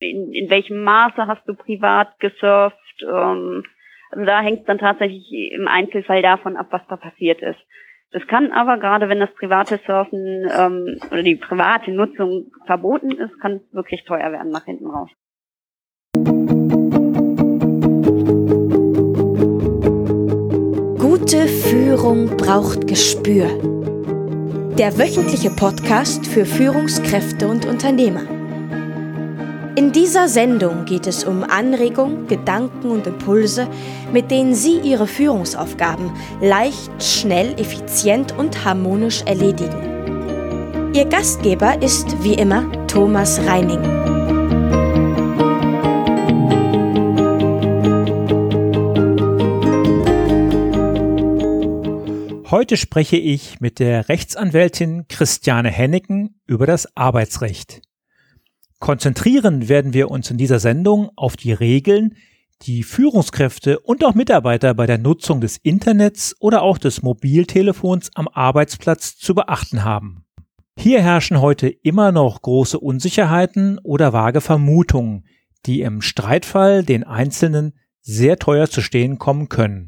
in welchem Maße hast du privat gesurft. Also da hängt es dann tatsächlich im Einzelfall davon ab, was da passiert ist. Das kann aber, gerade wenn das private Surfen oder die private Nutzung verboten ist, kann es wirklich teuer werden nach hinten raus. Gute Führung braucht Gespür. Der wöchentliche Podcast für Führungskräfte und Unternehmer. In dieser Sendung geht es um Anregungen, Gedanken und Impulse, mit denen Sie Ihre Führungsaufgaben leicht, schnell, effizient und harmonisch erledigen. Ihr Gastgeber ist wie immer Thomas Reining. Heute spreche ich mit der Rechtsanwältin Christiane Henneken über das Arbeitsrecht. Konzentrieren werden wir uns in dieser Sendung auf die Regeln, die Führungskräfte und auch Mitarbeiter bei der Nutzung des Internets oder auch des Mobiltelefons am Arbeitsplatz zu beachten haben. Hier herrschen heute immer noch große Unsicherheiten oder vage Vermutungen, die im Streitfall den Einzelnen sehr teuer zu stehen kommen können.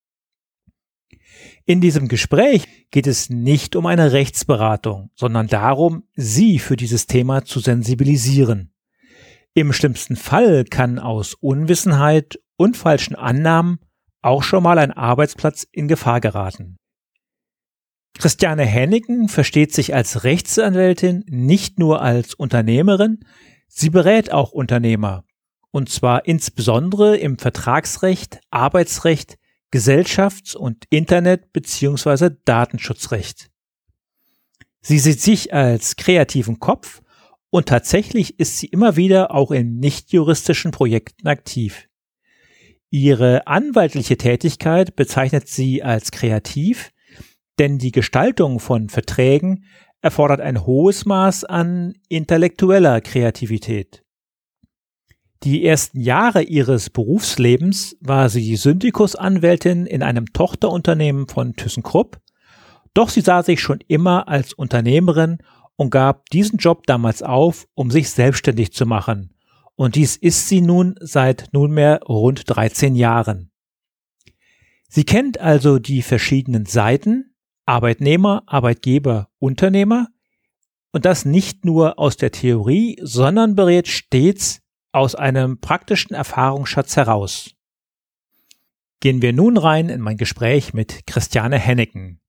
In diesem Gespräch geht es nicht um eine Rechtsberatung, sondern darum, Sie für dieses Thema zu sensibilisieren. Im schlimmsten Fall kann aus Unwissenheit und falschen Annahmen auch schon mal ein Arbeitsplatz in Gefahr geraten. Christiane Henneken versteht sich als Rechtsanwältin nicht nur als Unternehmerin, sie berät auch Unternehmer, und zwar insbesondere im Vertragsrecht, Arbeitsrecht, Gesellschafts- und Internet- bzw. Datenschutzrecht. Sie sieht sich als kreativen Kopf und tatsächlich ist sie immer wieder auch in nicht-juristischen Projekten aktiv. Ihre anwaltliche Tätigkeit bezeichnet sie als kreativ, denn die Gestaltung von Verträgen erfordert ein hohes Maß an intellektueller Kreativität. Die ersten Jahre ihres Berufslebens war sie Syndikusanwältin in einem Tochterunternehmen von ThyssenKrupp, doch sie sah sich schon immer als Unternehmerin und gab diesen Job damals auf, um sich selbstständig zu machen. Und dies ist sie nun seit nunmehr rund 13 Jahren. Sie kennt also die verschiedenen Seiten, Arbeitnehmer, Arbeitgeber, Unternehmer, und das nicht nur aus der Theorie, sondern berät stets aus einem praktischen Erfahrungsschatz heraus. Gehen wir nun rein in mein Gespräch mit Christiane Henneken.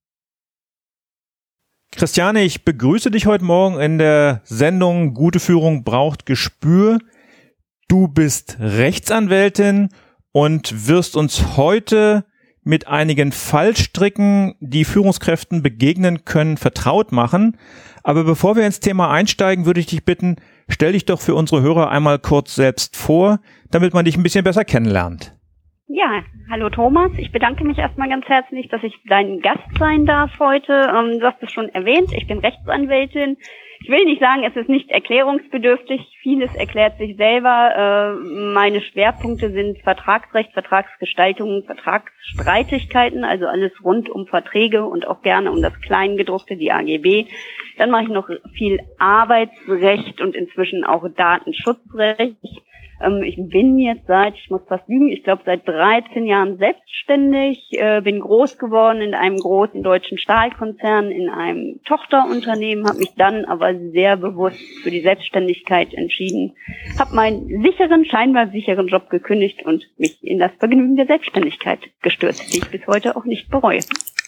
Christiane, ich begrüße dich heute Morgen in der Sendung Gute Führung braucht Gespür. Du bist Rechtsanwältin und wirst uns heute mit einigen Fallstricken, die Führungskräften begegnen können, vertraut machen. Aber bevor wir ins Thema einsteigen, würde ich dich bitten, stell dich doch für unsere Hörer einmal kurz selbst vor, damit man dich ein bisschen besser kennenlernt. Ja, hallo Thomas. Ich bedanke mich erstmal ganz herzlich, dass ich dein Gast sein darf heute. Du hast es schon erwähnt, ich bin Rechtsanwältin. Ich will nicht sagen, es ist nicht erklärungsbedürftig. Vieles erklärt sich selber. Meine Schwerpunkte sind Vertragsrecht, Vertragsgestaltung, Vertragsstreitigkeiten, also alles rund um Verträge und auch gerne um das Kleingedruckte, die AGB. Dann mache ich noch viel Arbeitsrecht und inzwischen auch Datenschutzrecht. Ich bin jetzt ich muss fast lügen, ich glaube seit 13 Jahren selbstständig, bin groß geworden in einem großen deutschen Stahlkonzern, in einem Tochterunternehmen, habe mich dann aber sehr bewusst für die Selbstständigkeit entschieden, habe meinen scheinbar sicheren Job gekündigt und mich in das Vergnügen der Selbstständigkeit gestürzt, die ich bis heute auch nicht bereue.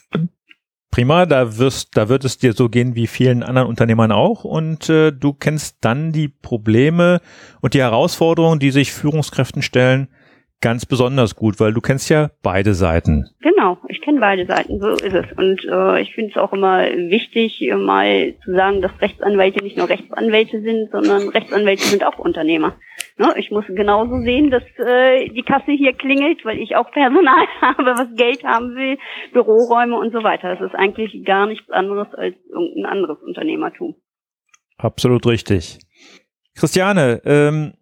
Prima, da wird es dir so gehen wie vielen anderen Unternehmern auch und du kennst dann die Probleme und die Herausforderungen, die sich Führungskräften stellen, ganz besonders gut, weil du kennst ja beide Seiten. Genau, ich kenne beide Seiten, so ist es. Und ich finde es auch immer wichtig, mal zu sagen, dass Rechtsanwälte nicht nur Rechtsanwälte sind, sondern Rechtsanwälte sind auch Unternehmer. Ne? Ich muss genauso sehen, dass die Kasse hier klingelt, weil ich auch Personal habe, was Geld haben will, Büroräume und so weiter. Das ist eigentlich gar nichts anderes als irgendein anderes Unternehmertum. Absolut richtig. Christiane,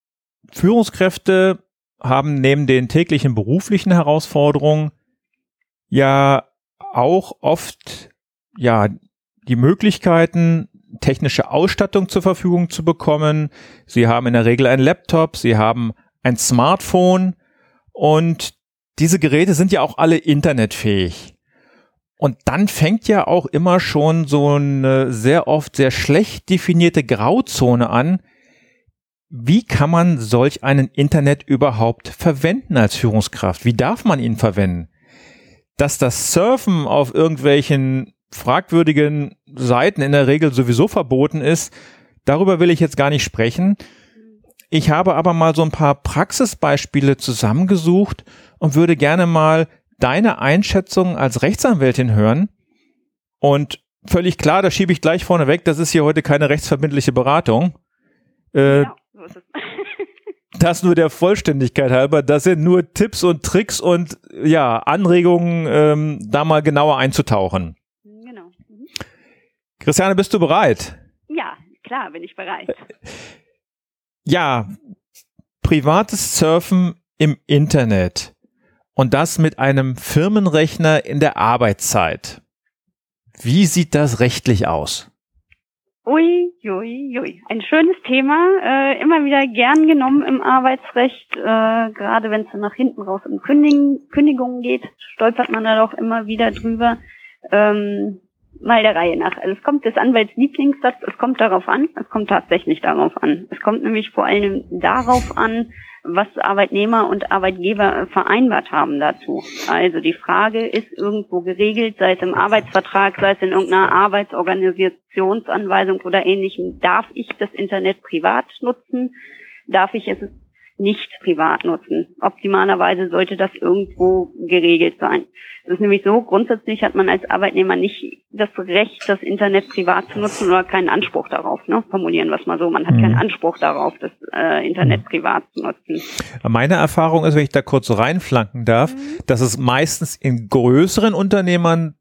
Führungskräfte haben neben den täglichen beruflichen Herausforderungen ja auch oft die Möglichkeiten, technische Ausstattung zur Verfügung zu bekommen. Sie haben in der Regel einen Laptop, sie haben ein Smartphone und diese Geräte sind ja auch alle internetfähig. Und dann fängt ja auch immer schon so eine sehr oft sehr schlecht definierte Grauzone an. Wie kann man solch einen Internet überhaupt verwenden als Führungskraft? Wie darf man ihn verwenden? Dass das Surfen auf irgendwelchen fragwürdigen Seiten in der Regel sowieso verboten ist, darüber will ich jetzt gar nicht sprechen. Ich habe aber mal so ein paar Praxisbeispiele zusammengesucht und würde gerne mal deine Einschätzung als Rechtsanwältin hören. Und völlig klar, das schiebe ich gleich vorne weg, das ist hier heute keine rechtsverbindliche Beratung. Ja, so ist es. Das nur der Vollständigkeit halber, das sind nur Tipps und Tricks und ja, Anregungen, da mal genauer einzutauchen. Genau. Mhm. Christiane, bist du bereit? Ja, klar bin ich bereit. Ja, privates Surfen im Internet. Und das mit einem Firmenrechner in der Arbeitszeit. Wie sieht das rechtlich aus? Ui. Ein schönes Thema, immer wieder gern genommen im Arbeitsrecht, gerade wenn es dann nach hinten raus um Kündigungen geht, stolpert man da doch immer wieder drüber. Mal der Reihe nach. Also es kommt des Anwalts Lieblingssatz, es kommt darauf an, es kommt tatsächlich darauf an. Es kommt nämlich vor allem darauf an, was Arbeitnehmer und Arbeitgeber vereinbart haben dazu. Also die Frage ist irgendwo geregelt, sei es im Arbeitsvertrag, sei es in irgendeiner Arbeitsorganisationsanweisung oder Ähnlichem. Darf ich das Internet privat nutzen? Darf ich es nicht privat nutzen? Optimalerweise sollte das irgendwo geregelt sein. Es ist nämlich so, grundsätzlich hat man als Arbeitnehmer nicht das Recht, das Internet privat zu nutzen oder keinen Anspruch darauf. Ne? Formulieren wir es mal so, man hat keinen Anspruch darauf, das Internet privat zu nutzen. Meine Erfahrung ist, wenn ich da kurz reinflanken darf, dass es meistens in größeren Unternehmen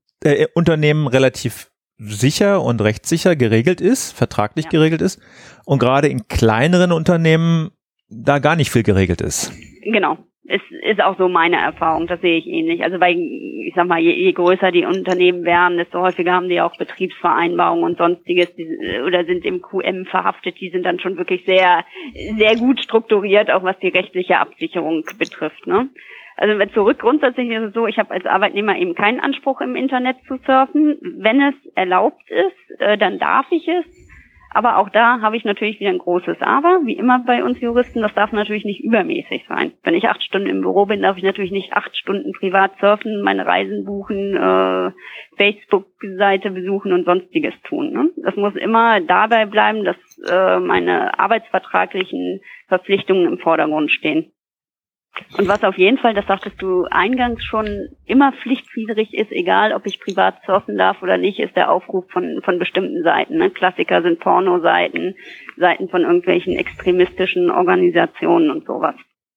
relativ sicher und rechtssicher geregelt ist, vertraglich geregelt ist und gerade in kleineren Unternehmen da gar nicht viel geregelt ist. Genau. Es ist auch so meine Erfahrung, das sehe ich ähnlich. Also ich sag mal, je größer die Unternehmen werden, desto häufiger haben die auch Betriebsvereinbarungen und sonstiges oder sind im QM verhaftet. Die sind dann schon wirklich sehr, sehr gut strukturiert, auch was die rechtliche Absicherung betrifft. Ne? Also grundsätzlich ist es so, ich habe als Arbeitnehmer eben keinen Anspruch im Internet zu surfen. Wenn es erlaubt ist, dann darf ich es. Aber auch da habe ich natürlich wieder ein großes Aber, wie immer bei uns Juristen, das darf natürlich nicht übermäßig sein. Wenn ich 8 Stunden im Büro bin, darf ich natürlich nicht 8 Stunden privat surfen, meine Reisen buchen, Facebook-Seite besuchen und sonstiges tun. Ne? Das muss immer dabei bleiben, dass meine arbeitsvertraglichen Verpflichtungen im Vordergrund stehen. Und was auf jeden Fall, das sagtest du eingangs schon, immer pflichtwidrig ist, egal ob ich privat surfen darf oder nicht, ist der Aufruf von bestimmten Seiten. Ne? Klassiker sind Pornoseiten, Seiten von irgendwelchen extremistischen Organisationen und sowas.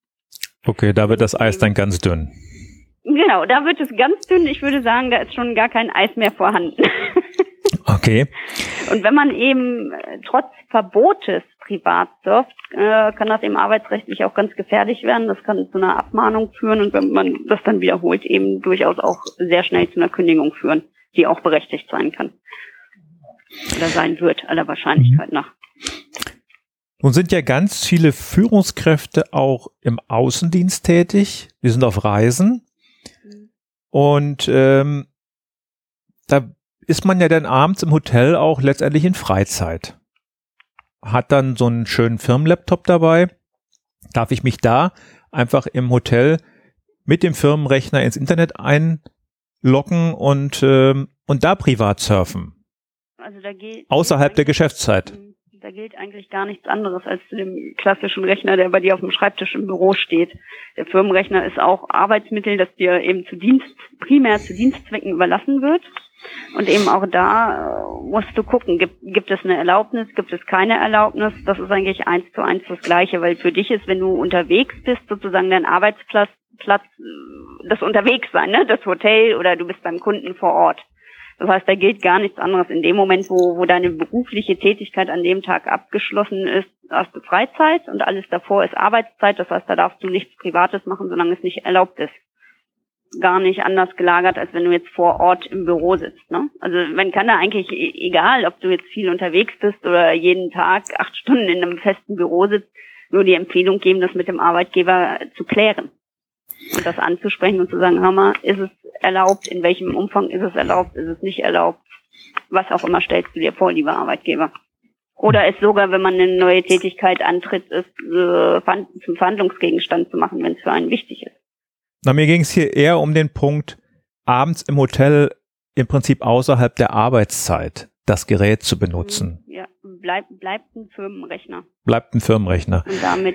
Okay, da wird das Eis dann ganz dünn. Genau, da wird es ganz dünn. Ich würde sagen, da ist schon gar kein Eis mehr vorhanden. Okay. Und wenn man eben trotz Verbotes privat surft, kann das eben arbeitsrechtlich auch ganz gefährlich werden. Das kann zu einer Abmahnung führen und wenn man das dann wiederholt, eben durchaus auch sehr schnell zu einer Kündigung führen, die auch berechtigt sein kann. Oder sein wird, aller Wahrscheinlichkeit nach. Nun sind ja ganz viele Führungskräfte auch im Außendienst tätig. Wir sind auf Reisen. Und da ist man ja dann abends im Hotel auch letztendlich in Freizeit. Hat dann so einen schönen Firmenlaptop dabei. Darf ich mich da einfach im Hotel mit dem Firmenrechner ins Internet einloggen und da privat surfen? Also außerhalb der Geschäftszeit. Da gilt eigentlich gar nichts anderes als zu dem klassischen Rechner, der bei dir auf dem Schreibtisch im Büro steht. Der Firmenrechner ist auch Arbeitsmittel, das dir eben primär zu Dienstzwecken überlassen wird. Und eben auch da musst du gucken, gibt es eine Erlaubnis, gibt es keine Erlaubnis? Das ist eigentlich 1:1 das Gleiche, weil für dich ist, wenn du unterwegs bist, sozusagen dein Arbeitsplatz, das Unterwegssein, ne? Das Hotel oder du bist beim Kunden vor Ort. Das heißt, da gilt gar nichts anderes. In dem Moment, wo deine berufliche Tätigkeit an dem Tag abgeschlossen ist, hast du Freizeit und alles davor ist Arbeitszeit. Das heißt, da darfst du nichts Privates machen, solange es nicht erlaubt ist. gar nicht anders gelagert, als wenn du jetzt vor Ort im Büro sitzt, ne? Also man kann da eigentlich, egal ob du jetzt viel unterwegs bist oder jeden Tag 8 Stunden in einem festen Büro sitzt, nur die Empfehlung geben, das mit dem Arbeitgeber zu klären und das anzusprechen und zu sagen, hör mal, ist es erlaubt, in welchem Umfang ist es erlaubt, ist es nicht erlaubt, was auch immer stellst du dir vor, lieber Arbeitgeber. Oder es sogar, wenn man eine neue Tätigkeit antritt, ist zum Verhandlungsgegenstand zu machen, wenn es für einen wichtig ist. Na, mir ging es hier eher um den Punkt, abends im Hotel im Prinzip außerhalb der Arbeitszeit das Gerät zu benutzen. Ja, bleibt ein Firmenrechner. Bleibt ein Firmenrechner. Und damit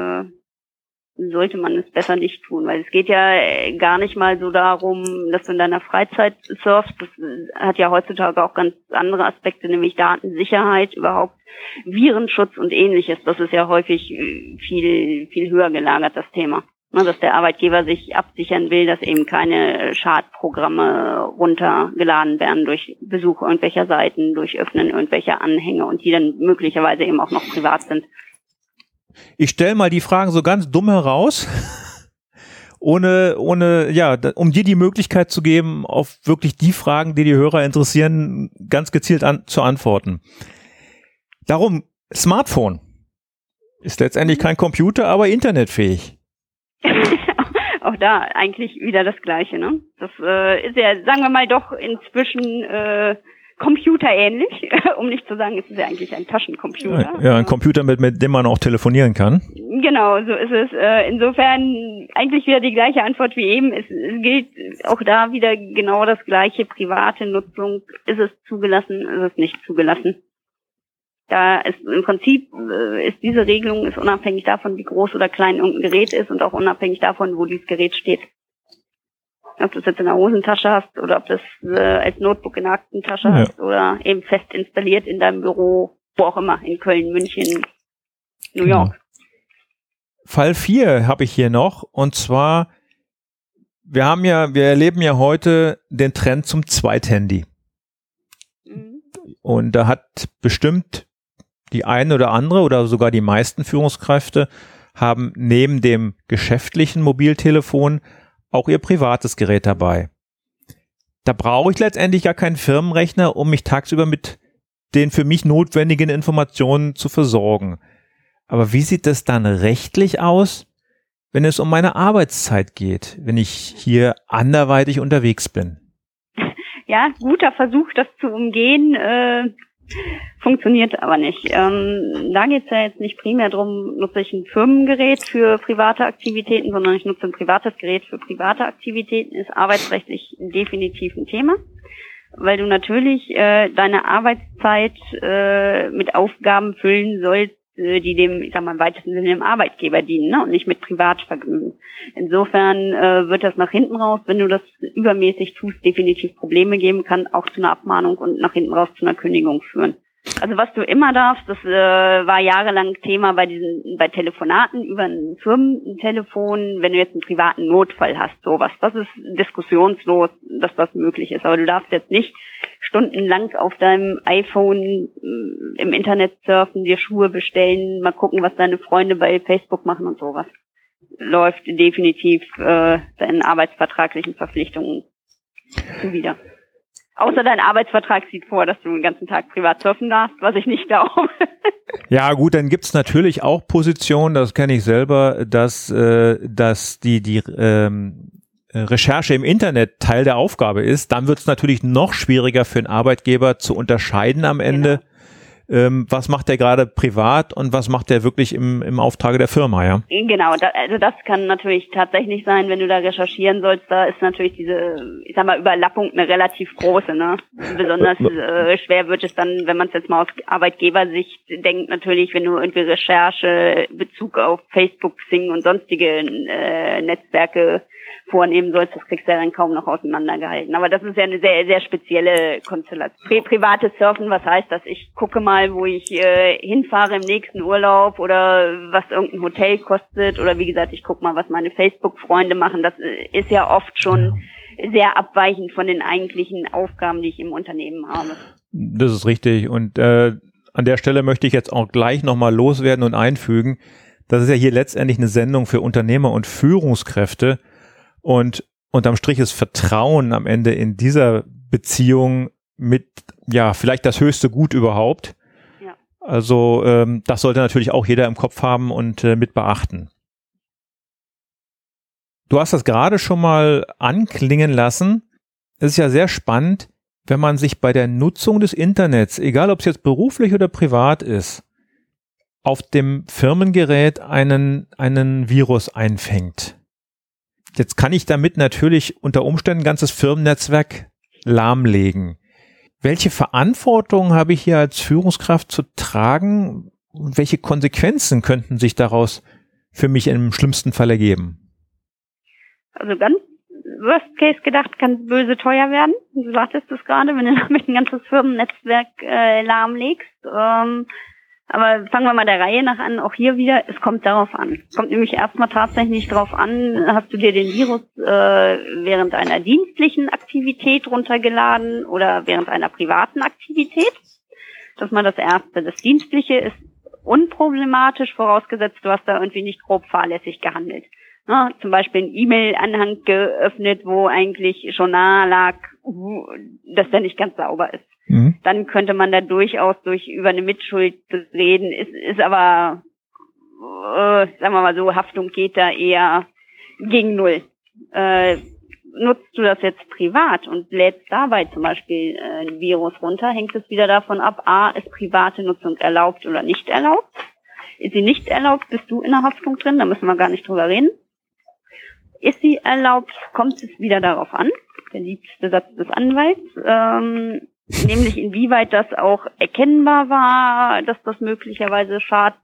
sollte man es besser nicht tun, weil es geht ja gar nicht mal so darum, dass du in deiner Freizeit surfst. Das hat ja heutzutage auch ganz andere Aspekte, nämlich Datensicherheit, überhaupt Virenschutz und Ähnliches. Das ist ja häufig viel, viel höher gelagert, das Thema. Dass der Arbeitgeber sich absichern will, dass eben keine Schadprogramme runtergeladen werden durch Besuch irgendwelcher Seiten, durch Öffnen irgendwelcher Anhänge und die dann möglicherweise eben auch noch privat sind. Ich stelle mal die Fragen so ganz dumm heraus, um dir die Möglichkeit zu geben, auf wirklich die Fragen, die Hörer interessieren, ganz gezielt zu antworten. Darum, Smartphone ist letztendlich kein Computer, aber internetfähig. Auch da eigentlich wieder das Gleiche, ne? Das ist ja, sagen wir mal, doch inzwischen computerähnlich, um nicht zu sagen, es ist ja eigentlich ein Taschencomputer. Ja, ein Computer, mit dem man auch telefonieren kann. Genau, so ist es. Insofern eigentlich wieder die gleiche Antwort wie eben. Es gilt auch da wieder genau das Gleiche. Private Nutzung, ist es zugelassen, ist es nicht zugelassen. Da ist im Prinzip ist diese Regelung ist unabhängig davon, wie groß oder klein irgendein Gerät ist und auch unabhängig davon, wo dieses Gerät steht. Ob du es jetzt in der Hosentasche hast oder ob du es als Notebook in der Aktentasche hast oder eben fest installiert in deinem Büro, wo auch immer, in Köln, München, New York. Fall 4 habe ich hier noch, und zwar, wir erleben ja heute den Trend zum Zweithandy. Und da hat bestimmt die eine oder andere oder sogar die meisten Führungskräfte haben neben dem geschäftlichen Mobiltelefon auch ihr privates Gerät dabei. Da brauche ich letztendlich gar keinen Firmenrechner, um mich tagsüber mit den für mich notwendigen Informationen zu versorgen. Aber wie sieht das dann rechtlich aus, wenn es um meine Arbeitszeit geht, wenn ich hier anderweitig unterwegs bin? Ja, guter Versuch, das zu umgehen, funktioniert aber nicht. Da geht es ja jetzt nicht primär darum, nutze ich ein Firmengerät für private Aktivitäten, sondern ich nutze ein privates Gerät für private Aktivitäten, ist arbeitsrechtlich definitiv ein Thema, weil du natürlich deine Arbeitszeit mit Aufgaben füllen sollst, die dem, ich sag mal, im weitesten Sinne dem Arbeitgeber dienen, ne, und nicht mit Privatvergnügen. Insofern wird das nach hinten raus, wenn du das übermäßig tust, definitiv Probleme geben kann, auch zu einer Abmahnung und nach hinten raus zu einer Kündigung führen. Also was du immer darfst, das war jahrelang Thema bei Telefonaten über ein Firmentelefon, wenn du jetzt einen privaten Notfall hast, sowas. Das ist diskussionslos, dass das möglich ist. Aber du darfst jetzt nicht stundenlang auf deinem iPhone im Internet surfen, dir Schuhe bestellen, mal gucken, was deine Freunde bei Facebook machen und sowas. Läuft definitiv deinen arbeitsvertraglichen Verpflichtungen zuwider. Außer dein Arbeitsvertrag sieht vor, dass du den ganzen Tag privat surfen darfst, was ich nicht glaube. Ja gut, dann gibt's natürlich auch Positionen, das kenne ich selber, dass die Recherche im Internet Teil der Aufgabe ist. Dann wird's natürlich noch schwieriger für einen Arbeitgeber zu unterscheiden am Ende, was macht der gerade privat und was macht der wirklich im Auftrage der Firma, ja? Genau, also das kann natürlich tatsächlich sein, wenn du da recherchieren sollst, da ist natürlich diese, ich sag mal, Überlappung eine relativ große, ne? Besonders schwer wird es dann, wenn man es jetzt mal aus Arbeitgebersicht denkt, natürlich, wenn du irgendwie Recherche, Bezug auf Facebook, Xing und sonstige Netzwerke vornehmen sollst, das kriegst du ja dann kaum noch auseinandergehalten. Aber das ist ja eine sehr, sehr spezielle Konstellation. Privates Surfen, was heißt das? Ich gucke mal, wo ich hinfahre im nächsten Urlaub oder was irgendein Hotel kostet oder wie gesagt, ich gucke mal, was meine Facebook-Freunde machen. Das ist ja oft schon sehr abweichend von den eigentlichen Aufgaben, die ich im Unternehmen habe. Das ist richtig. Und an der Stelle möchte ich jetzt auch gleich nochmal loswerden und einfügen. Das ist ja hier letztendlich eine Sendung für Unternehmer und Führungskräfte. Und unterm Strich ist Vertrauen am Ende in dieser Beziehung mit, ja, vielleicht das höchste Gut überhaupt. Ja. Also das sollte natürlich auch jeder im Kopf haben und mit beachten. Du hast das gerade schon mal anklingen lassen. Es ist ja sehr spannend, wenn man sich bei der Nutzung des Internets, egal ob es jetzt beruflich oder privat ist, auf dem Firmengerät einen Virus einfängt. Jetzt kann ich damit natürlich unter Umständen ein ganzes Firmennetzwerk lahmlegen. Welche Verantwortung habe ich hier als Führungskraft zu tragen? Und welche Konsequenzen könnten sich daraus für mich im schlimmsten Fall ergeben? Also ganz Worst Case gedacht, kann es böse teuer werden. Du sagtest es gerade, wenn du damit ein ganzes Firmennetzwerk lahmlegst. Aber fangen wir mal der Reihe nach an. Auch hier wieder, es kommt darauf an. Es kommt nämlich erstmal tatsächlich darauf an, hast du dir den Virus während einer dienstlichen Aktivität runtergeladen oder während einer privaten Aktivität. Das ist mal das Erste. Das Dienstliche ist unproblematisch, vorausgesetzt, du hast da irgendwie nicht grob fahrlässig gehandelt. Ja, zum Beispiel ein E-Mail-Anhang geöffnet, wo eigentlich schon nahe lag, dass der nicht ganz sauber ist. Mhm. Dann könnte man da durchaus über eine Mitschuld reden, ist aber, sagen wir mal so, Haftung geht da eher gegen null. Nutzt du das jetzt privat und lädst dabei zum Beispiel ein Virus runter, hängt es wieder davon ab, A, ist private Nutzung erlaubt oder nicht erlaubt? Ist sie nicht erlaubt, bist du in der Haftung drin, da müssen wir gar nicht drüber reden. Ist sie erlaubt, kommt es wieder darauf an, der liebste Satz des Anwalts, nämlich inwieweit das auch erkennbar war, dass das möglicherweise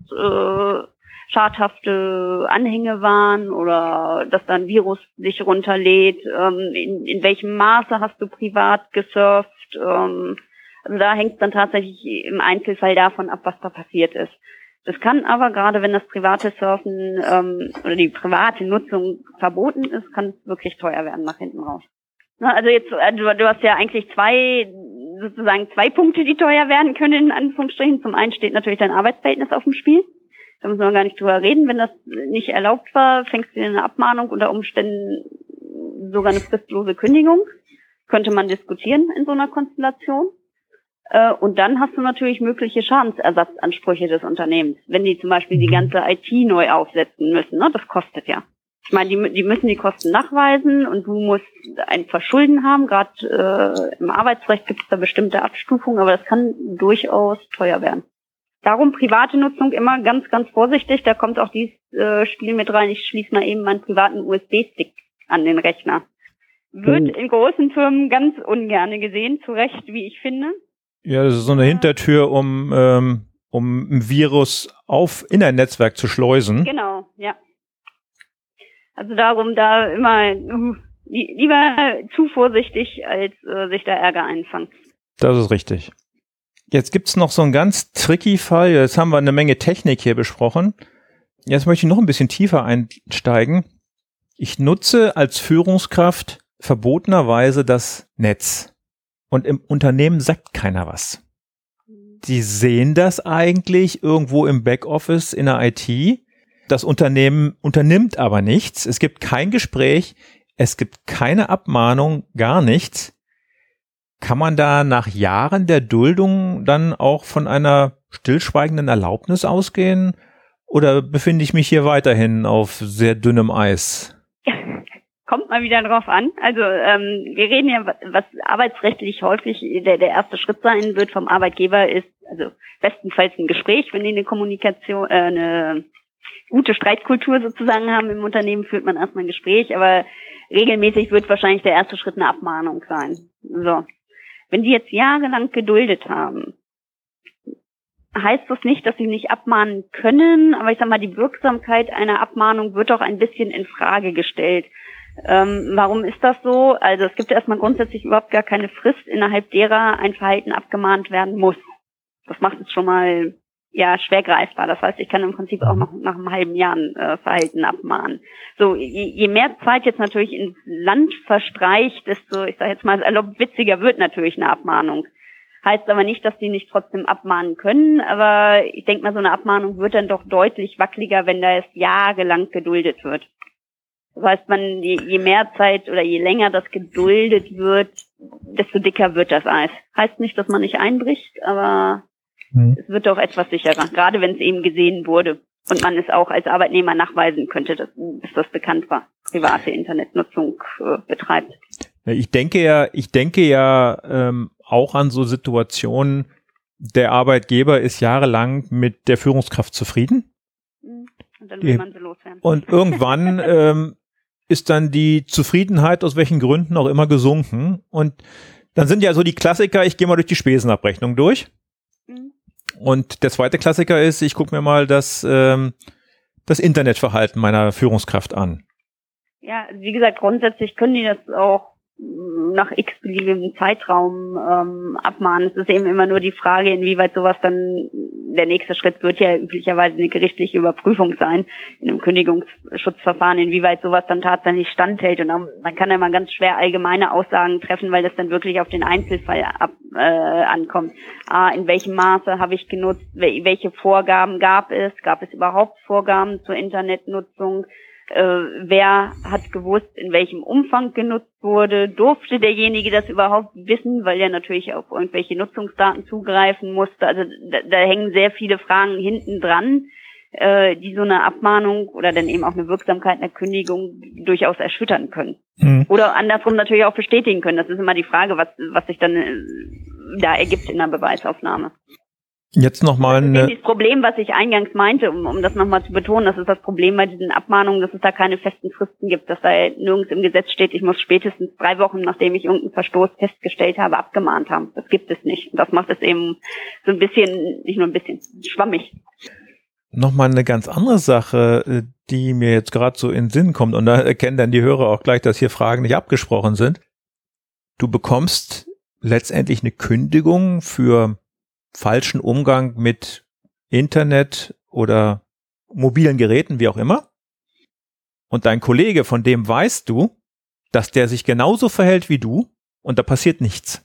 schadhafte Anhänge waren oder dass da ein Virus sich runterlädt, in welchem Maße hast du privat gesurft, also da hängt es dann tatsächlich im Einzelfall davon ab, was da passiert ist. Das kann aber, gerade wenn das private Surfen oder die private Nutzung verboten ist, kann es wirklich teuer werden nach hinten raus. Na, also jetzt, du hast ja eigentlich zwei Punkte, die teuer werden können, in Anführungsstrichen. Zum einen steht natürlich dein Arbeitsverhältnis auf dem Spiel. Da müssen wir gar nicht drüber reden. Wenn das nicht erlaubt war, fängst du eine Abmahnung, unter Umständen sogar eine fristlose Kündigung. Könnte man diskutieren in so einer Konstellation. Und dann hast du natürlich mögliche Schadensersatzansprüche des Unternehmens, wenn die zum Beispiel die ganze IT neu aufsetzen müssen. Ne? Das kostet ja. Ich meine, die müssen die Kosten nachweisen und du musst ein Verschulden haben. Gerade im Arbeitsrecht gibt es da bestimmte Abstufungen, aber das kann durchaus teuer werden. Darum private Nutzung immer ganz, ganz vorsichtig. Da kommt auch dieses Spiel mit rein. Ich schließe mal eben meinen privaten USB-Stick an den Rechner. Wird in großen Firmen ganz ungerne gesehen, zu Recht, wie ich finde. Ja, das ist so eine Hintertür, um ein Virus in ein Netzwerk zu schleusen. Genau, ja. Also darum da immer lieber zu vorsichtig, als sich da Ärger einfangen. Das ist richtig. Jetzt gibt's noch so einen ganz tricky Fall. Jetzt haben wir eine Menge Technik hier besprochen. Jetzt möchte ich noch ein bisschen tiefer einsteigen. Ich nutze als Führungskraft verbotenerweise das Netz. Und im Unternehmen sagt keiner was. Die sehen das eigentlich irgendwo im Backoffice in der IT. Das Unternehmen unternimmt aber nichts. Es gibt kein Gespräch. Es gibt keine Abmahnung, gar nichts. Kann man da nach Jahren der Duldung dann auch von einer stillschweigenden Erlaubnis ausgehen? Oder befinde ich mich hier weiterhin auf sehr dünnem Eis? Kommt mal wieder drauf an. Also wir reden ja, was arbeitsrechtlich häufig der erste Schritt sein wird vom Arbeitgeber ist, also bestenfalls ein Gespräch, wenn die eine Kommunikation, eine gute Streitkultur sozusagen haben im Unternehmen, führt man erstmal ein Gespräch, aber regelmäßig wird wahrscheinlich der erste Schritt eine Abmahnung sein. So. Wenn die jetzt jahrelang geduldet haben, heißt das nicht, dass sie nicht abmahnen können, aber ich sag mal, die Wirksamkeit einer Abmahnung wird doch ein bisschen in Frage gestellt. Warum ist das so? Also es gibt erstmal grundsätzlich überhaupt gar keine Frist, innerhalb derer ein Verhalten abgemahnt werden muss. Das macht es schon mal ja schwer greifbar. Das heißt, ich kann im Prinzip auch noch nach einem halben Jahr ein Verhalten abmahnen. So, je mehr Zeit jetzt natürlich ins Land verstreicht, desto, ich sage jetzt mal, erlaubt witziger wird natürlich eine Abmahnung. Heißt aber nicht, dass die nicht trotzdem abmahnen können, aber ich denke mal, so eine Abmahnung wird dann doch deutlich wackeliger, wenn da es jahrelang geduldet wird. Das heißt, je mehr Zeit oder je länger das geduldet wird, desto dicker wird das Eis. Heißt nicht, dass man nicht einbricht, aber es wird doch etwas sicherer, gerade wenn es eben gesehen wurde und man es auch als Arbeitnehmer nachweisen könnte, bis das bekannt war, private Internetnutzung betreibt. Ich denke ja auch an so Situationen, der Arbeitgeber ist jahrelang mit der Führungskraft zufrieden. Und dann will man sie loswerden. Und irgendwann ist dann die Zufriedenheit aus welchen Gründen auch immer gesunken. Und dann sind ja so die Klassiker, ich gehe mal durch die Spesenabrechnung durch. Und der zweite Klassiker ist, ich gucke mir mal das Internetverhalten meiner Führungskraft an. Ja, wie gesagt, grundsätzlich können die das auch nach x-beliebigem Zeitraum abmahnen. Es ist eben immer nur die Frage, inwieweit sowas dann, der nächste Schritt wird ja üblicherweise eine gerichtliche Überprüfung sein, in einem Kündigungsschutzverfahren, inwieweit sowas dann tatsächlich standhält. Und man kann ja mal ganz schwer allgemeine Aussagen treffen, weil das dann wirklich auf den Einzelfall ankommt. In welchem Maße habe ich genutzt? Welche Vorgaben gab es? Gab es überhaupt Vorgaben zur Internetnutzung? Wer hat gewusst, in welchem Umfang genutzt wurde? Durfte derjenige das überhaupt wissen, weil er natürlich auf irgendwelche Nutzungsdaten zugreifen musste? Also da hängen sehr viele Fragen hinten dran, die so eine Abmahnung oder dann eben auch eine Wirksamkeit einer Kündigung durchaus erschüttern können. Oder andersrum natürlich auch bestätigen können. Das ist immer die Frage, was sich dann da ergibt in der Beweisaufnahme. Jetzt nochmal das Problem, was ich eingangs meinte, um das nochmal zu betonen, das ist das Problem bei diesen Abmahnungen, dass es da keine festen Fristen gibt, dass da nirgends im Gesetz steht, ich muss spätestens 3 Wochen, nachdem ich irgendeinen Verstoß festgestellt habe, abgemahnt haben. Das gibt es nicht. Und das macht es eben so ein bisschen, nicht nur ein bisschen, schwammig. Nochmal eine ganz andere Sache, die mir jetzt gerade so in den Sinn kommt, und da erkennen dann die Hörer auch gleich, dass hier Fragen nicht abgesprochen sind. Du bekommst letztendlich eine Kündigung für falschen Umgang mit Internet oder mobilen Geräten, wie auch immer. Und dein Kollege, von dem weißt du, dass der sich genauso verhält wie du und da passiert nichts.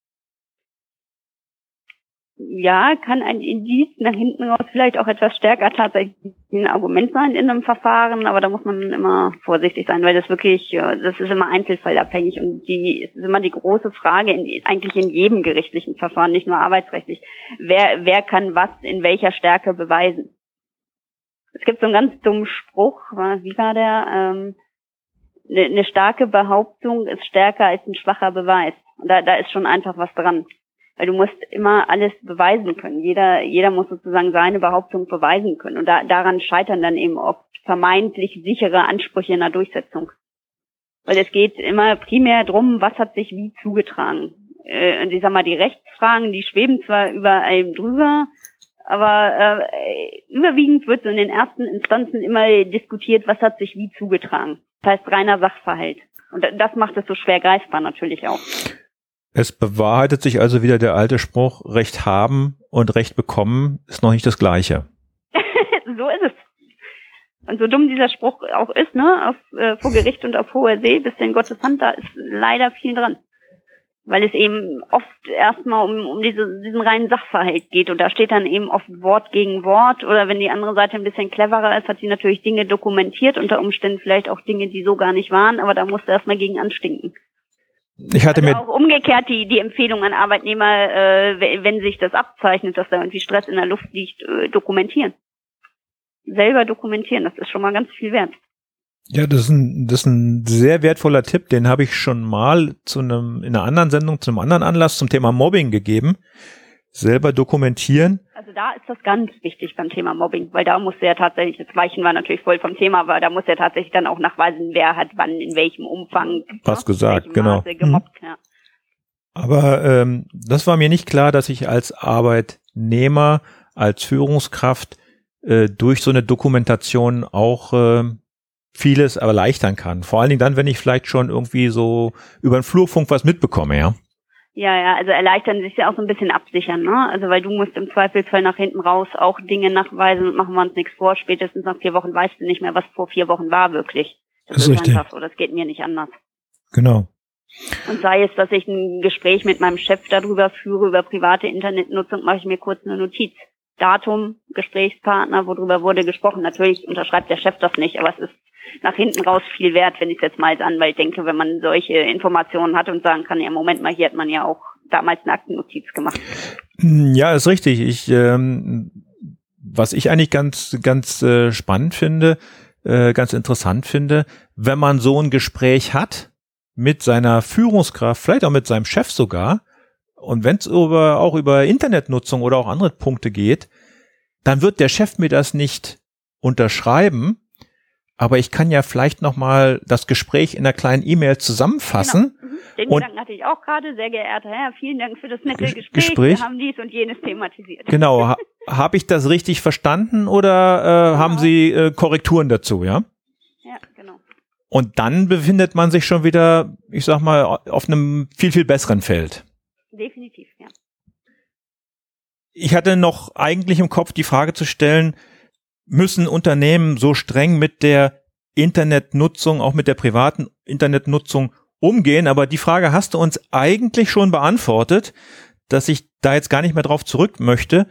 Ja, kann ein Indiz nach hinten raus vielleicht auch etwas stärker tatsächlich ein Argument sein in einem Verfahren, aber da muss man immer vorsichtig sein, weil das wirklich, das ist immer einzelfallabhängig und es ist immer die große Frage, eigentlich in jedem gerichtlichen Verfahren, nicht nur arbeitsrechtlich, wer kann was in welcher Stärke beweisen. Es gibt so einen ganz dummen Spruch, wie war der, eine starke Behauptung ist stärker als ein schwacher Beweis. Und da ist schon einfach was dran. Weil du musst immer alles beweisen können. Jeder muss sozusagen seine Behauptung beweisen können. Und daran scheitern dann eben oft vermeintlich sichere Ansprüche in der Durchsetzung. Weil es geht immer primär drum, was hat sich wie zugetragen. Und ich sag mal, die Rechtsfragen, die schweben zwar über einem drüber, aber überwiegend wird so in den ersten Instanzen immer diskutiert, was hat sich wie zugetragen. Das heißt reiner Sachverhalt. Und das macht es so schwer greifbar natürlich auch. Es bewahrheitet sich also wieder der alte Spruch, Recht haben und Recht bekommen ist noch nicht das Gleiche. So ist es. Und so dumm dieser Spruch auch ist, ne, vor Gericht und auf hoher See, bis in Gottes Hand, da ist leider viel dran. Weil es eben oft erstmal um diesen reinen Sachverhalt geht und da steht dann eben oft Wort gegen Wort oder wenn die andere Seite ein bisschen cleverer ist, hat sie natürlich Dinge dokumentiert, unter Umständen vielleicht auch Dinge, die so gar nicht waren, aber da musst du erstmal gegen anstinken. Ich hatte also auch umgekehrt die Empfehlung an Arbeitnehmer, wenn sich das abzeichnet, dass da irgendwie Stress in der Luft liegt, dokumentieren. Selber dokumentieren, das ist schon mal ganz viel wert. Ja, das ist ein sehr wertvoller Tipp, den habe ich schon mal in einer anderen Sendung, zu einem anderen Anlass zum Thema Mobbing gegeben. Selber dokumentieren. Also da ist das ganz wichtig beim Thema Mobbing, weil da muss er tatsächlich, das Weichen war natürlich voll vom Thema, aber da muss er tatsächlich dann auch nachweisen, wer hat wann, in welchem Umfang. Was gesagt, genau. Gemobbt, ja. Aber das war mir nicht klar, dass ich als Arbeitnehmer, als Führungskraft durch so eine Dokumentation auch vieles erleichtern kann. Vor allen Dingen dann, wenn ich vielleicht schon irgendwie so über den Flurfunk was mitbekomme, ja. Ja, also erleichtern sich ja auch so ein bisschen absichern, ne? Also weil du musst im Zweifelsfall nach hinten raus auch Dinge nachweisen und machen wir uns nichts vor. Spätestens nach 4 Wochen weißt du nicht mehr, was vor 4 Wochen war wirklich. Das ist richtig. Einfach so, das geht mir nicht anders. Genau. Und sei es, dass ich ein Gespräch mit meinem Chef darüber führe, über private Internetnutzung, mache ich mir kurz eine Notiz. Datum, Gesprächspartner, worüber wurde gesprochen. Natürlich unterschreibt der Chef das nicht, aber es ist nach hinten raus viel wert, wenn ich jetzt mal als Anwalt denke, wenn man solche Informationen hat und sagen kann, ja, Moment mal, hier hat man ja auch damals eine Aktennotiz gemacht. Ja, ist richtig. Was ich eigentlich ganz spannend finde, ganz interessant finde, wenn man so ein Gespräch hat mit seiner Führungskraft, vielleicht auch mit seinem Chef sogar, und wenn es auch über Internetnutzung oder auch andere Punkte geht, dann wird der Chef mir das nicht unterschreiben, aber ich kann ja vielleicht nochmal das Gespräch in einer kleinen E-Mail zusammenfassen. Genau. Den Gedanken hatte ich auch gerade. Sehr geehrter Herr, vielen Dank für das nette Gespräch. Wir haben dies und jenes thematisiert. Genau. Habe ich das richtig verstanden oder haben Sie Korrekturen dazu, ja? Ja, genau. Und dann befindet man sich schon wieder, ich sag mal, auf einem viel, viel besseren Feld. Definitiv, ja. Ich hatte noch eigentlich im Kopf die Frage zu stellen, müssen Unternehmen so streng mit der Internetnutzung, auch mit der privaten Internetnutzung umgehen? Aber die Frage hast du uns eigentlich schon beantwortet, dass ich da jetzt gar nicht mehr drauf zurück möchte.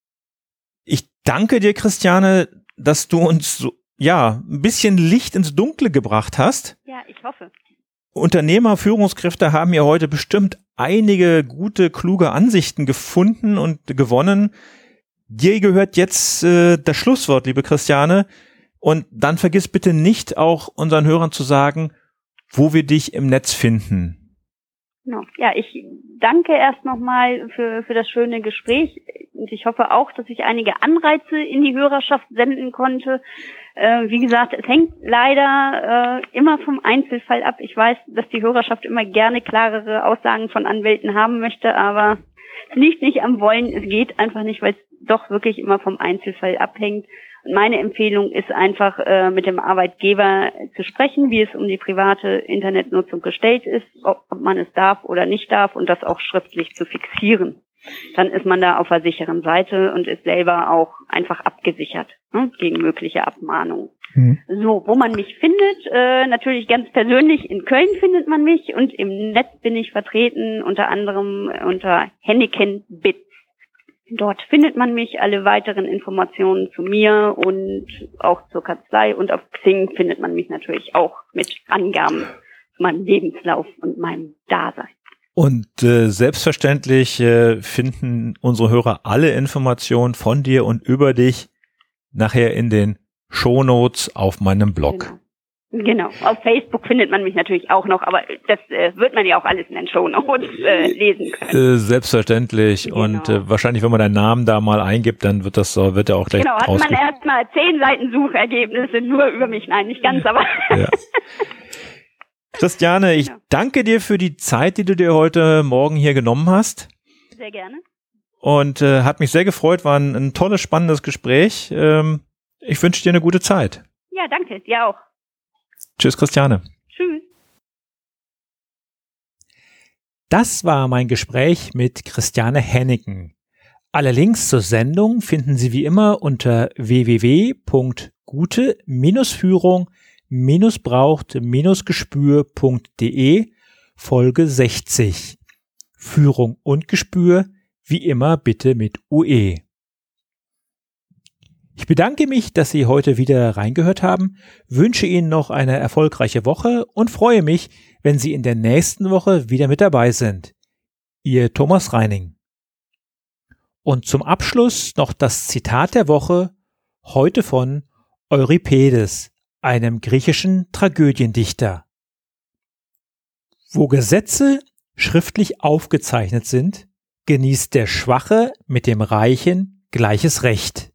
Ich danke dir, Christiane, dass du uns so, ein bisschen Licht ins Dunkle gebracht hast. Ja, ich hoffe. Unternehmer, Führungskräfte haben ja heute bestimmt einige gute, kluge Ansichten gefunden und gewonnen. Dir gehört jetzt das Schlusswort, liebe Christiane. Und dann vergiss bitte nicht, auch unseren Hörern zu sagen, wo wir dich im Netz finden. Genau. Ja, ich danke erst nochmal für das schöne Gespräch. Und ich hoffe auch, dass ich einige Anreize in die Hörerschaft senden konnte. Wie gesagt, es hängt leider immer vom Einzelfall ab. Ich weiß, dass die Hörerschaft immer gerne klarere Aussagen von Anwälten haben möchte, aber es liegt nicht am Wollen. Es geht einfach nicht, weil es doch wirklich immer vom Einzelfall abhängt. Und meine Empfehlung ist einfach, mit dem Arbeitgeber zu sprechen, wie es um die private Internetnutzung gestellt ist, ob man es darf oder nicht darf und das auch schriftlich zu fixieren. Dann ist man da auf der sicheren Seite und ist selber auch einfach abgesichert, ne, gegen mögliche Abmahnungen. So, wo man mich findet, natürlich ganz persönlich in Köln findet man mich und im Netz bin ich vertreten, unter anderem unter Henneken Bits. Dort findet man mich, alle weiteren Informationen zu mir und auch zur Kanzlei, und auf Xing findet man mich natürlich auch mit Angaben zu meinem Lebenslauf und meinem Dasein. Und selbstverständlich finden unsere Hörer alle Informationen von dir und über dich nachher in den Shownotes auf meinem Blog. Genau. Auf Facebook findet man mich natürlich auch noch, aber das wird man ja auch alles in den Shownotes lesen können. Selbstverständlich. Genau. Und wahrscheinlich, wenn man deinen Namen da mal eingibt, dann wird er auch gleich Genau, hat man erstmal 10 Seiten Suchergebnisse nur über mich. Nein, nicht ganz, aber... Ja. Christiane, ich danke dir für die Zeit, die du dir heute Morgen hier genommen hast. Sehr gerne. Und hat mich sehr gefreut, war ein tolles, spannendes Gespräch. Ich wünsche dir eine gute Zeit. Ja, danke, dir auch. Tschüss, Christiane. Tschüss. Das war mein Gespräch mit Christiane Henneken. Alle Links zur Sendung finden Sie wie immer unter www.gute-führung-braucht-gespür.de Folge 60. Führung und Gespür, wie immer bitte mit UE. Ich bedanke mich, dass Sie heute wieder reingehört haben, wünsche Ihnen noch eine erfolgreiche Woche und freue mich, wenn Sie in der nächsten Woche wieder mit dabei sind. Ihr Thomas Reining. Und zum Abschluss noch das Zitat der Woche, heute von Euripides, einem griechischen Tragödiendichter. Wo Gesetze schriftlich aufgezeichnet sind, genießt der Schwache mit dem Reichen gleiches Recht.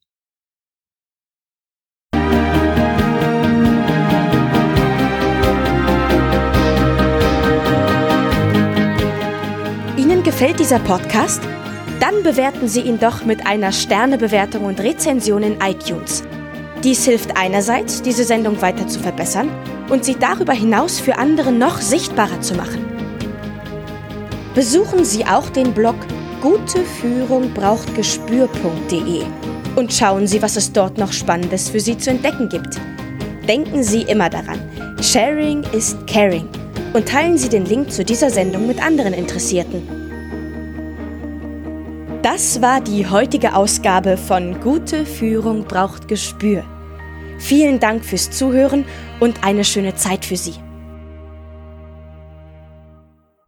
Ihnen gefällt dieser Podcast? Dann bewerten Sie ihn doch mit einer Sternebewertung und Rezension in iTunes. Dies hilft einerseits, diese Sendung weiter zu verbessern und sie darüber hinaus für andere noch sichtbarer zu machen. Besuchen Sie auch den Blog guteführungbrauchtgespür.de und schauen Sie, was es dort noch Spannendes für Sie zu entdecken gibt. Denken Sie immer daran, Sharing ist Caring, und teilen Sie den Link zu dieser Sendung mit anderen Interessierten. Das war die heutige Ausgabe von Gute Führung braucht Gespür. Vielen Dank fürs Zuhören und eine schöne Zeit für Sie.